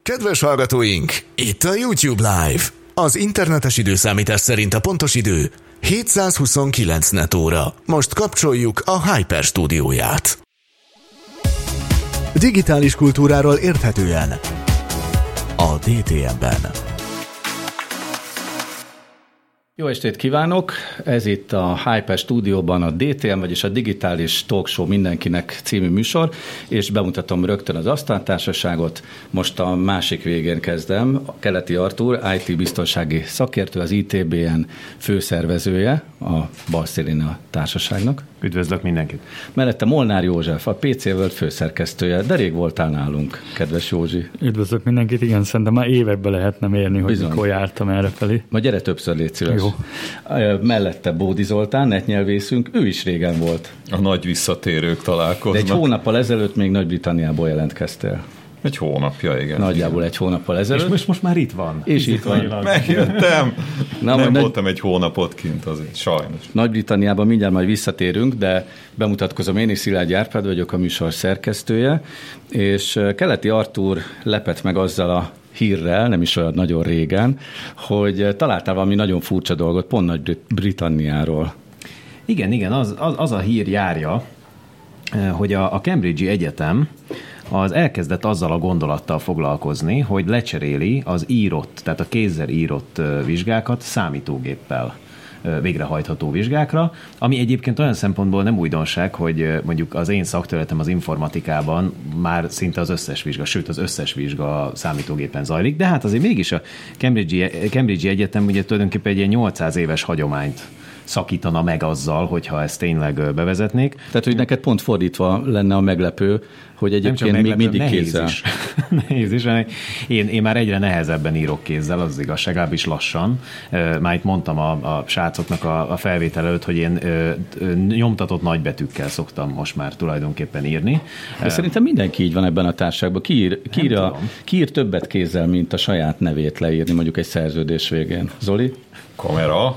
Kedves hallgatóink, itt a YouTube Live. Az internetes időszámítás szerint a pontos idő 729 netóra. Most kapcsoljuk a Hyper stúdióját. Digitális kultúráról érthetően a DTM-ben. Jó estét kívánok! Ez itt a Hyper stúdióban a DTM, vagyis a Digitális Talk Show mindenkinek című műsor, és bemutatom rögtön az asztaltársaságot. Most a másik végén kezdem. Keleti Artúr, IT biztonsági szakértő, az ITBN főszervezője a Barcelona társaságnak. Üdvözlök mindenkit! Mellette Molnár József, a PC World főszerkesztője, de rég voltál nálunk, kedves Józsi. Üdvözlök mindenkit, igen, szerintem már évekbe lehetne mérni, hogy bizony, mikor jártam errefelé. Ma gyere többször, légy szíves. Jó. Mellette Bódi Zoltán, netnyelvészünk, ő is régen volt. A nagy visszatérők találkoznak. De egy hónappal ezelőtt még Nagy-Britanniából jelentkeztél. Egy hónapja, igen. Nagyjából igen. Egy hónappal ezelőtt. És most már itt van. És itt van. Megjöttem. Nem voltam egy hónapot kint azért, sajnos. Nagy-Britanniában mindjárt majd visszatérünk, de bemutatkozom, én is Szilágyi Árpád vagyok, a műsor szerkesztője, és Keleti Artúr lepett meg azzal a hírrel, nem is olyan nagyon régen, hogy találtál valami nagyon furcsa dolgot pont Nagy-Britanniáról. Igen, az a hír járja, hogy a Cambridge-i Egyetem az elkezdett azzal a gondolattal foglalkozni, hogy lecseréli az írott, tehát a kézzel írott vizsgákat számítógéppel végrehajtható vizsgákra, ami egyébként olyan szempontból nem újdonság, hogy mondjuk az én szakterületem az informatikában már szinte az összes vizsga, sőt az összes vizsga számítógépen zajlik, de hát azért mégis a Cambridge-i Egyetem ugye tulajdonképpen egy ilyen 800 éves hagyományt szakítana meg azzal, hogyha ezt tényleg bevezetnék. Tehát, hogy neked pont fordítva lenne a meglepő, hogy egyébként még mindig kézzel. Nehéz is. Én már egyre nehezebben írok kézzel, az igazság, legalábbis lassan. Már itt mondtam a srácoknak a felvétel előtt, hogy én nyomtatott nagybetűkkel szoktam most már tulajdonképpen írni. De szerintem mindenki így van ebben a társaságban. Ki ír többet kézzel, mint a saját nevét leírni, mondjuk egy szerződés végén. Zoli? Kamera,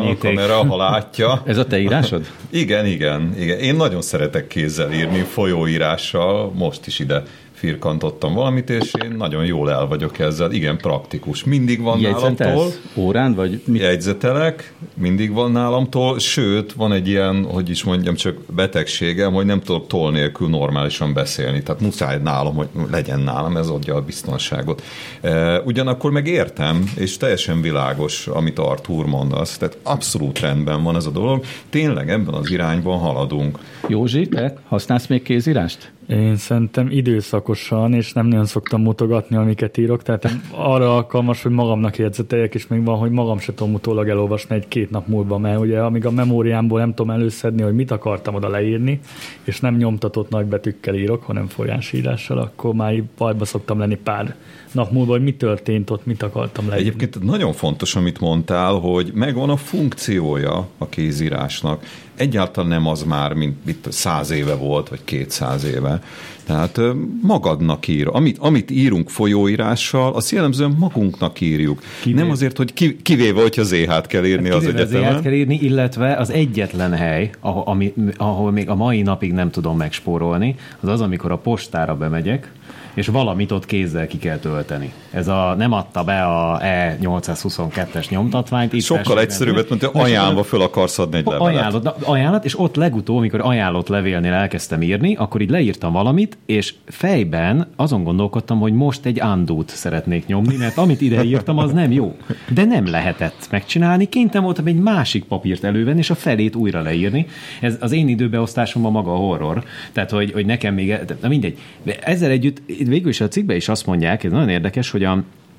ha látja. Ez a te írásod? Igen. Én nagyon szeretek kézzel írni, folyóírással, most is ide firkantottam valamit, és én nagyon jól el vagyok ezzel. Igen, praktikus. Mindig van nálamtól. Órán, vagy mit? Jegyzetelek, mindig van nálamtól, sőt, van egy ilyen, hogy is mondjam, csak betegségem, hogy nem tudok toll nélkül normálisan beszélni. Tehát muszáj nálam, hogy legyen nálam, ez adja a biztonságot. Ugyanakkor meg értem, és teljesen világos, amit Artúr mondasz. Tehát abszolút rendben van ez a dolog. Tényleg ebben az irányban haladunk. Józsi, te használsz még kézírást? Én szerintem időszakosan, és nem nagyon szoktam mutogatni, amiket írok, tehát arra alkalmas, hogy magamnak jegyzeteljek, és még van, hogy magam se tudom utólag elolvasni egy-két nap múlva, mert ugye amíg a memóriámból nem tudom előszedni, hogy mit akartam oda leírni, és nem nyomtatott nagybetűkkel írok, hanem folyásírással, akkor már bajba szoktam lenni pár nap múlva, hogy mi történt ott, mit akartam leírni. Egyébként nagyon fontos, amit mondtál, hogy megvan a funkciója a kézírásnak. Egyáltalán nem az már, mint 100 éve volt, vagy 200 éve. Tehát magadnak ír. Amit írunk folyóírással, azt jellemzően magunknak írjuk. Nem azért, hogy kivéve, hogyha ZH-t kell írni az egyetemen. ZH-t kell írni, illetve az egyetlen hely, ahol még a mai napig nem tudom megspórolni, az, amikor a postára bemegyek, és valamit ott kézzel ki kell tölteni. Ez nem adta be a E822-es nyomtatványt. Itt sokkal egyszerűbbet, mint hogy ajánlva föl akarsz adni egy levelet. Ajánlat, és ott legutóbb, amikor ajánlott levélnél elkezdtem írni, akkor így leírtam valamit, és fejben azon gondolkodtam, hogy most egy undo-t szeretnék nyomni, mert amit ide írtam, az nem jó. De nem lehetett megcsinálni, kénytelen voltam egy másik papírt elővenni, és a felét újra leírni. Ez az én időbeosztásomban maga a horror. Tehát, hogy nekem még, na mindegy. De ezzel együtt végül is a cikkben is azt mondják, ez nagyon érdekes, hogy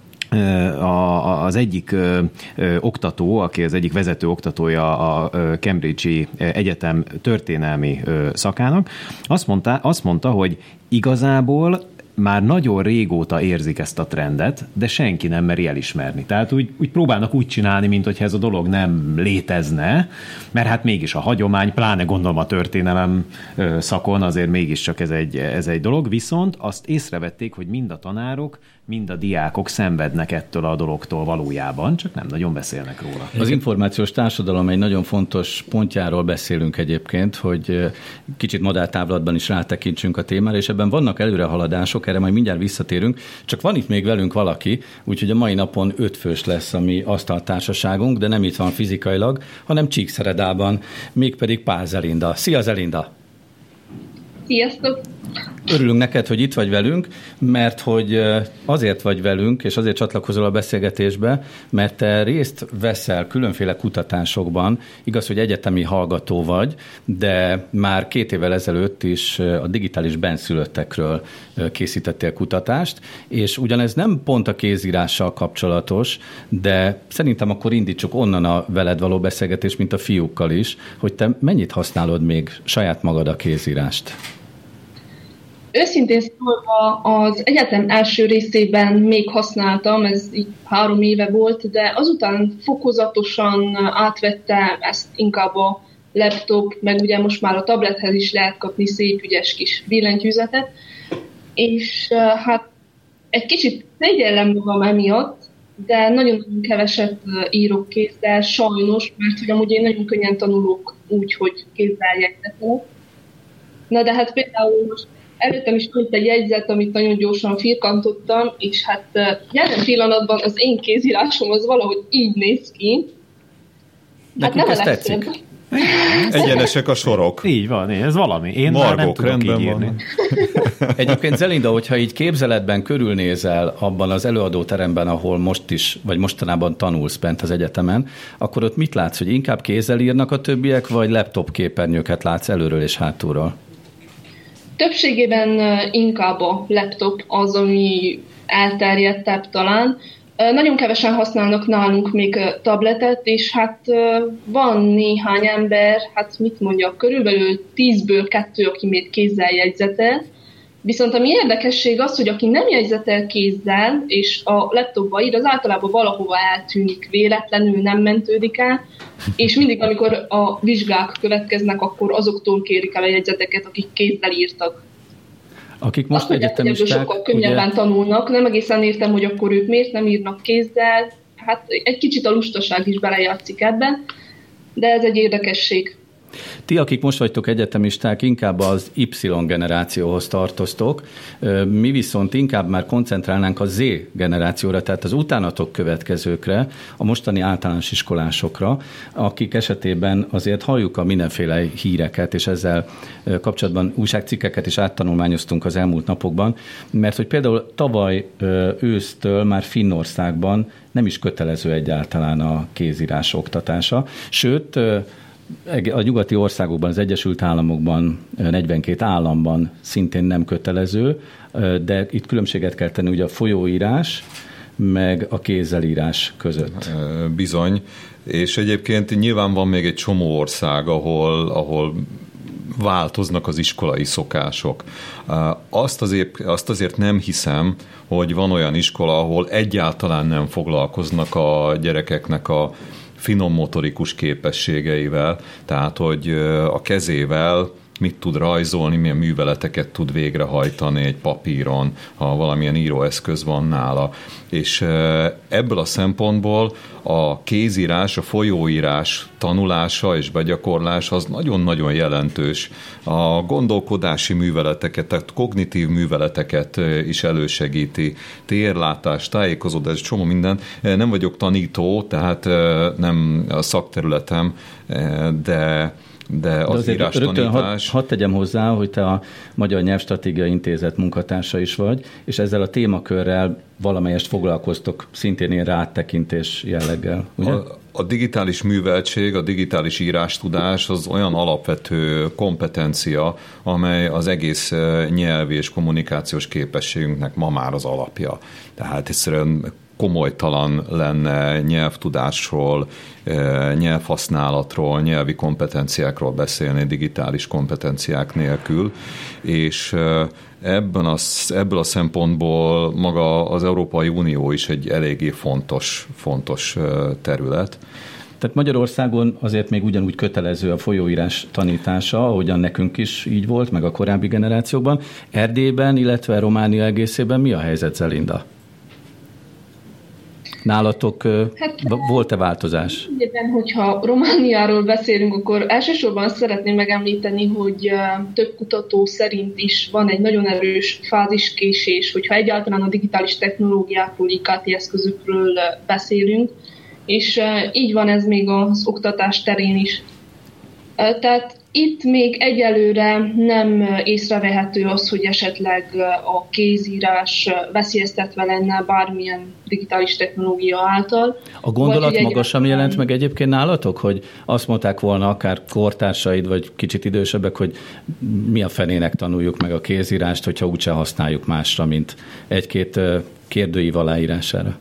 az egyik oktató, aki az egyik vezető oktatója a Cambridge-i Egyetem történelmi szakának, azt mondta, hogy igazából már nagyon régóta érzik ezt a trendet, de senki nem meri elismerni. Tehát úgy próbálnak úgy csinálni, mint hogyha ez a dolog nem létezne, mert hát mégis a hagyomány, pláne gondolom a történelem szakon azért mégiscsak ez egy dolog, viszont azt észrevették, hogy mind a tanárok, mind a diákok szenvednek ettől a dologtól valójában, csak nem nagyon beszélnek róla. Az információs társadalom egy nagyon fontos pontjáról beszélünk egyébként, hogy kicsit madártávlatban is rátekintsünk a témára, és ebben vannak előrehaladások, erre majd mindjárt visszatérünk, csak van itt még velünk valaki, úgyhogy a mai napon 5 fős lesz a mi asztaltársaságunk, de nem itt van fizikailag, hanem Csíkszeredában, mégpedig Pál Zelinda. Szia, Zelinda! Sziasztok! Örülünk neked, hogy itt vagy velünk, mert hogy azért vagy velünk, és azért csatlakozol a beszélgetésbe, mert te részt veszel különféle kutatásokban, igaz, hogy egyetemi hallgató vagy, de már 2 évvel ezelőtt is a digitális benszülöttekről készítettél kutatást, és ugyanez nem pont a kézírással kapcsolatos, de szerintem akkor indítsuk onnan a veled való beszélgetést, mint a fiúkkal is, hogy te mennyit használod még saját magad a kézírást? Őszintén szólva az egyetem első részében még használtam, ez így 3 éve volt, de azután fokozatosan átvette ezt inkább a laptop, meg ugye most már a tablethez is lehet kapni szép ügyes kis billentyűzetet, és hát egy kicsit szégyellem magam emiatt, de nagyon keveset írok kézzel, sajnos, mert hogy amúgy én nagyon könnyen tanulok úgy, hogy kézzel jegyzetelek. Na de hát például most előttem is volt egy jegyzet, amit nagyon gyorsan firkantottam, és hát jelen pillanatban az én kézírásom az valahogy így néz ki. Hát nekünk ez tetszik. Egyenesek a sorok. Így van, ez valami. Én már nem tudok így írni. Egyébként Zelinda, hogyha így képzeletben körülnézel abban az előadóteremben, ahol most is, vagy mostanában tanulsz bent az egyetemen, akkor ott mit látsz, hogy inkább kézzel írnak a többiek, vagy laptop képernyőket látsz előről és hátulról? Többségében inkább a laptop az, ami elterjedtebb talán. Nagyon kevesen használnak nálunk még tabletet, és hát van néhány ember, hát mit mondjak, körülbelül 10-ből 2, aki még kézzel jegyzetel. Viszont ami érdekesség az, hogy aki nem jegyzetel kézzel, és a laptopba ír, az általában valahova eltűnik véletlenül, nem mentődik el, és mindig, amikor a vizsgák következnek, akkor azoktól kérik el a jegyzeteket, akik kézzel írtak. Akik most egyetemisták, sokkal könnyebben tanulnak, nem egészen értem, hogy akkor ők miért nem írnak kézzel, hát egy kicsit a lustaság is belejátszik ebben, de ez egy érdekesség. Ti, akik most vagytok egyetemisták, inkább az Y-generációhoz tartoztok, mi viszont inkább már koncentrálnánk a Z-generációra, tehát az utánatok következőkre, a mostani általános iskolásokra, akik esetében azért halljuk a mindenféle híreket, és ezzel kapcsolatban újságcikkeket is áttanulmányoztunk az elmúlt napokban, mert hogy például tavaly ősztől már Finnországban nem is kötelező egyáltalán a kézírás oktatása, sőt, a nyugati országokban, az Egyesült Államokban, 42 államban szintén nem kötelező, de itt különbséget kell tenni ugye a folyóírás, meg a kézzelírás között. Bizony, és egyébként nyilván van még egy csomó ország, ahol változnak az iskolai szokások. Azt azért nem hiszem, hogy van olyan iskola, ahol egyáltalán nem foglalkoznak a gyerekeknek a finom motorikus képességeivel, tehát hogy a kezével mit tud rajzolni, milyen műveleteket tud végrehajtani egy papíron, ha valamilyen íróeszköz van nála. És ebből a szempontból a kézírás, a folyóírás tanulása és begyakorlása az nagyon-nagyon jelentős. A gondolkodási műveleteket, tehát kognitív műveleteket is elősegíti. Térlátás, tájékozódás, csomó minden. Nem vagyok tanító, tehát nem a szakterületem, de az írástanítás... Hadd tegyem hozzá, hogy te a Magyar Nyelvstratégiai Intézet munkatársa is vagy, és ezzel a témakörrel valamelyest foglalkoztok szintén ilyen ráttekintés jelleggel, ugye? A digitális műveltség, a digitális írástudás az olyan alapvető kompetencia, amely az egész nyelvi és kommunikációs képességünknek ma már az alapja. Tehát egyszerűen komolytalan lenne nyelvtudásról, nyelvhasználatról, nyelvi kompetenciákról beszélni digitális kompetenciák nélkül, és ebből a szempontból maga az Európai Unió is egy eléggé fontos terület. Tehát Magyarországon azért még ugyanúgy kötelező a folyóírás tanítása, ahogyan nekünk is így volt, meg a korábbi generációkban. Erdélyben, illetve Románia egészében mi a helyzet, Zelinda? Nálatok volt-e változás? Egyébként, hogyha Romániáról beszélünk, akkor elsősorban azt szeretném megemlíteni, hogy több kutató szerint is van egy nagyon erős fáziskésés, hogyha egyáltalán a digitális technológiákról, IKT eszközökről beszélünk, és így van ez még az oktatás terén is. Tehát itt még egyelőre nem észrevehető az, hogy esetleg a kézírás veszélyeztetve lenne bármilyen digitális technológia által. A gondolat maga sem jelent meg egyébként nálatok, hogy azt mondták volna akár kortársaid, vagy kicsit idősebbek, hogy mi a fenének tanuljuk meg a kézírást, hogyha úgyse használjuk másra, mint egy-két kérdőív aláírására?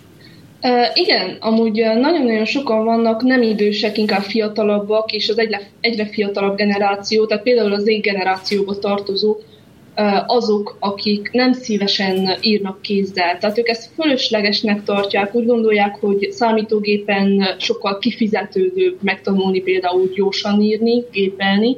Igen, amúgy nagyon-nagyon sokan vannak, nem idősek, inkább fiatalabbak, és az egyre fiatalabb generáció, tehát például az Z-generációba tartozó azok, akik nem szívesen írnak kézzel. Tehát ők ezt fölöslegesnek tartják, úgy gondolják, hogy számítógépen sokkal kifizetődőbb megtanulni például gyorsan írni, gépelni,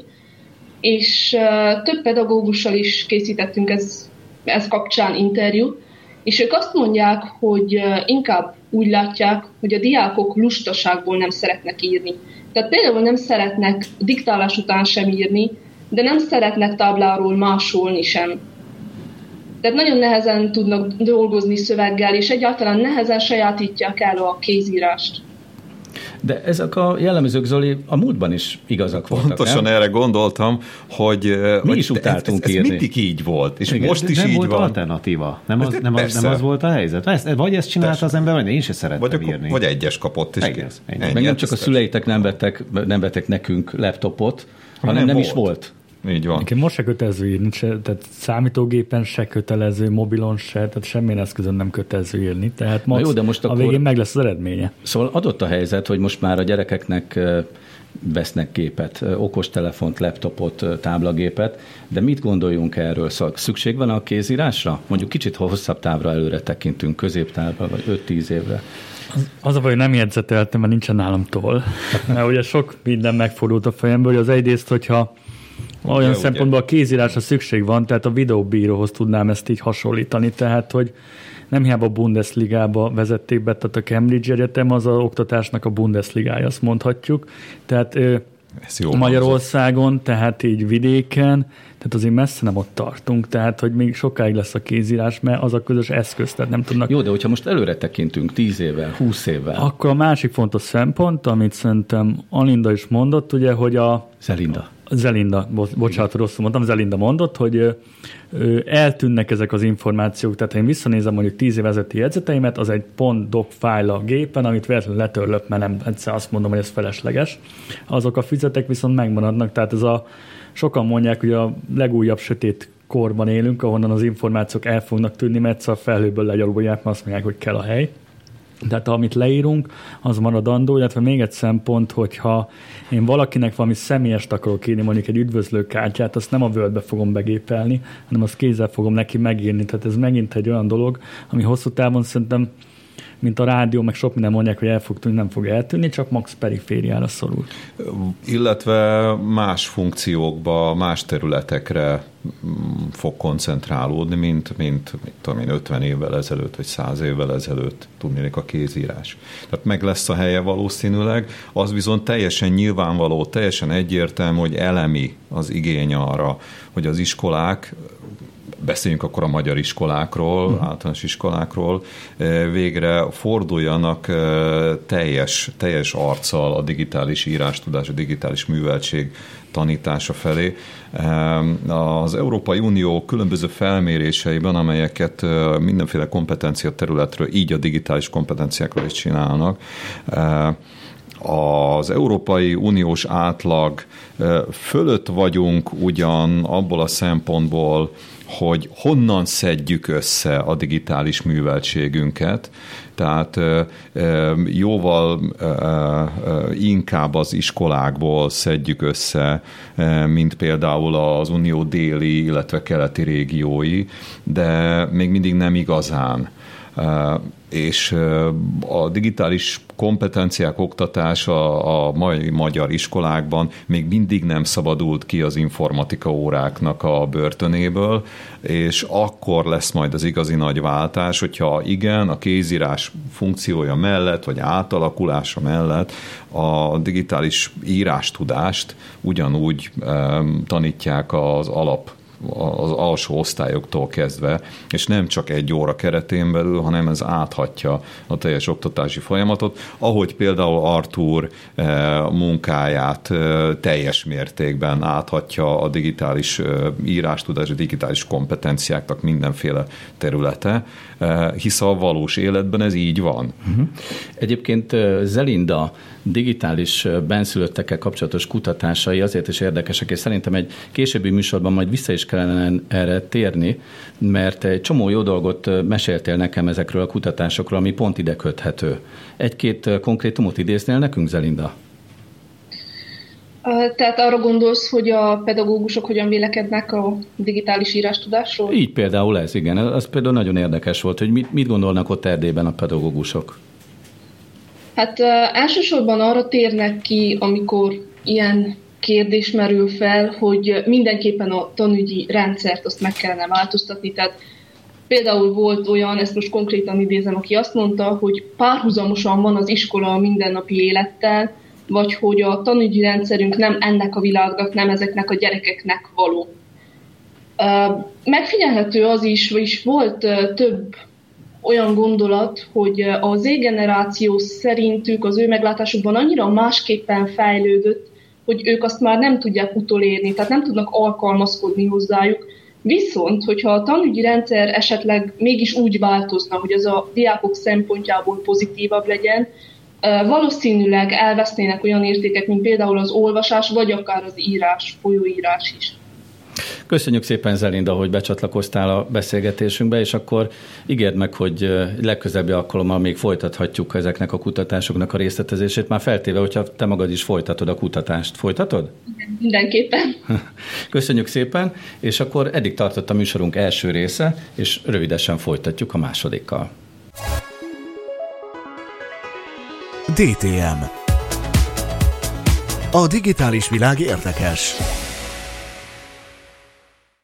és több pedagógussal is készítettünk ez kapcsán interjút, és ők azt mondják, hogy inkább úgy látják, hogy a diákok lustaságból nem szeretnek írni. Tehát például nem szeretnek diktálás után sem írni, de nem szeretnek tábláról másolni sem. Tehát nagyon nehezen tudnak dolgozni szöveggel, és egyáltalán nehezen sajátítják el a kézírást. De ezek a jellemzők, Zoli, a múltban is igazak voltak. Pontosan nem? Erre gondoltam, hogy mi is utáltunk írni. Ez mindig így volt, és igen, most is nem így volt van. Alternatíva. Nem az volt a helyzet. Vagy ezt csinálta az ember, vagy én sem szerettem írni. Vagy egyes kapott. És meg nem csak a szüleitek nem vettek nekünk laptopot, hanem nem is volt. Így van. Nekem most se kötelező írni, tehát számítógépen se kötelező, mobilon se, tehát semmilyen eszközön nem kötelező írni, tehát jó, de most a végén meg lesz az eredménye. Szóval adott a helyzet, hogy most már a gyerekeknek vesznek gépet, okostelefont, laptopot, táblagépet, de mit gondoljunk erről? Szóval szükség van a kézírásra? Mondjuk kicsit hosszabb távra előre tekintünk, középtávra, vagy 5-10 évre. Az a baj, hogy nem jegyzeteltem, mert nincsen nálam toll. Mert ugye sok minden megfordult a fejemből, hogy az egyrészt, hogyha olyan szempontból a kézírásra szükség van, tehát a videóbíróhoz tudnám ezt így hasonlítani, tehát hogy nem hiába a Bundesligába vezették be, tehát a Cambridge Egyetem az az oktatásnak a Bundesligája, azt mondhatjuk. Tehát Magyarországon, tehát így vidéken, tehát azért messze nem ott tartunk, tehát hogy még sokáig lesz a kézírás, mert az a közös eszköz, tehát nem tudnak... Jó, de hogyha most előre tekintünk 10 évvel, 20 évvel... Akkor a másik fontos szempont, amit szerintem Alinda is mondott, ugye, hogy a... Zelinda, bocsánat, rosszul mondtam, Zelinda mondott, hogy eltűnnek ezek az információk, tehát ha én visszanézem mondjuk 10 év ezelőtti jegyzeteimet, az egy .doc file a gépen, amit véletlenül letörlök, mert nem egyszer azt mondom, hogy ez felesleges. Azok a füzetek viszont megmaradnak, tehát sokan mondják, hogy a legújabb sötét korban élünk, ahonnan az információk el fognak tűnni, mert egyszer a felhőből legyalulják, mert azt mondják, hogy kell a hely. Tehát amit leírunk, az maradandó, illetve még egy szempont, hogyha én valakinek valami személyest akarok írni, mondjuk egy üdvözlőkártyát, azt nem a Wordbe fogom begépelni, hanem azt kézzel fogom neki megírni. Tehát ez megint egy olyan dolog, ami hosszú távon szerintem, mint a rádió, meg sok minden mondják, hogy el fog tűnni, nem fog eltűnni, csak max perifériára szorul. Illetve más funkciókba, más területekre fog koncentrálódni, mint tudom én, 50 évvel ezelőtt, vagy 100 évvel ezelőtt tudnék a kézírás. Tehát meg lesz a helye valószínűleg, az viszont teljesen nyilvánvaló, teljesen egyértelmű, hogy elemi az igény arra, hogy az iskolák, beszéljünk akkor a magyar iskolákról, általános iskolákról, végre forduljanak teljes arccal a digitális írástudás, a digitális műveltség tanítása felé. Az Európai Unió különböző felméréseiben, amelyeket mindenféle kompetencia területről, így a digitális kompetenciákról is csinálnak, az Európai Uniós átlag fölött vagyunk ugyan abból a szempontból, hogy honnan szedjük össze a digitális műveltségünket, tehát jóval inkább az iskolákból szedjük össze, mint például az Unió déli, illetve keleti régiói, de még mindig nem igazán. És a digitális kompetenciák oktatása a mai magyar iskolákban még mindig nem szabadult ki az informatika óráknak a börtönéből, és akkor lesz majd az igazi nagy váltás, hogyha igen, a kézírás funkciója mellett, vagy átalakulása mellett a digitális írástudást ugyanúgy tanítják az alsó osztályoktól kezdve, és nem csak egy óra keretén belül, hanem ez áthatja a teljes oktatási folyamatot, ahogy például Artúr munkáját teljes mértékben áthatja a digitális írástudás, a digitális kompetenciáknak mindenféle területe, hisz a valós életben ez így van. Egyébként Zelinda digitális benszülöttekkel kapcsolatos kutatásai azért is érdekesek, és szerintem egy későbbi műsorban majd vissza is kellene erre térni, mert egy csomó jó dolgot meséltél nekem ezekről a kutatásokról, ami pont ide köthető. Egy-két konkrétumot idéznél nekünk, Zelinda? Tehát arra gondolsz, hogy a pedagógusok hogyan vélekednek a digitális írástudásról? Így például ez, igen. Az például nagyon érdekes volt, hogy mit gondolnak ott Erdélyben a pedagógusok. Hát elsősorban arra térnek ki, amikor ilyen kérdés merül fel, hogy mindenképpen a tanügyi rendszert azt meg kellene változtatni. Tehát például volt olyan, ezt most konkrétan idézem, aki azt mondta, hogy párhuzamosan van az iskola a mindennapi élettel, vagy hogy a tanügyi rendszerünk nem ennek a világnak, nem ezeknek a gyerekeknek való. Megfigyelhető az is, vagyis volt több olyan gondolat, hogy az Z-generáció szerintük az ő meglátásukban annyira másképpen fejlődött, hogy ők azt már nem tudják utolérni, tehát nem tudnak alkalmazkodni hozzájuk. Viszont, hogyha a tanügyi rendszer esetleg mégis úgy változna, hogy az a diákok szempontjából pozitívabb legyen, valószínűleg elvesznének olyan értékek, mint például az olvasás, vagy akár az írás, folyóírás is. Köszönjük szépen, Zelinda, hogy becsatlakoztál a beszélgetésünkbe, és akkor ígérd meg, hogy legközelebbi alkalommal még folytathatjuk ezeknek a kutatásoknak a részletezését, már feltéve, hogyha te magad is folytatod a kutatást. Folytatod? Igen, mindenképpen. Köszönjük szépen, és akkor eddig tartott a műsorunk első része, és rövidesen folytatjuk a másodikkal. DTM. A digitális világ érdekes.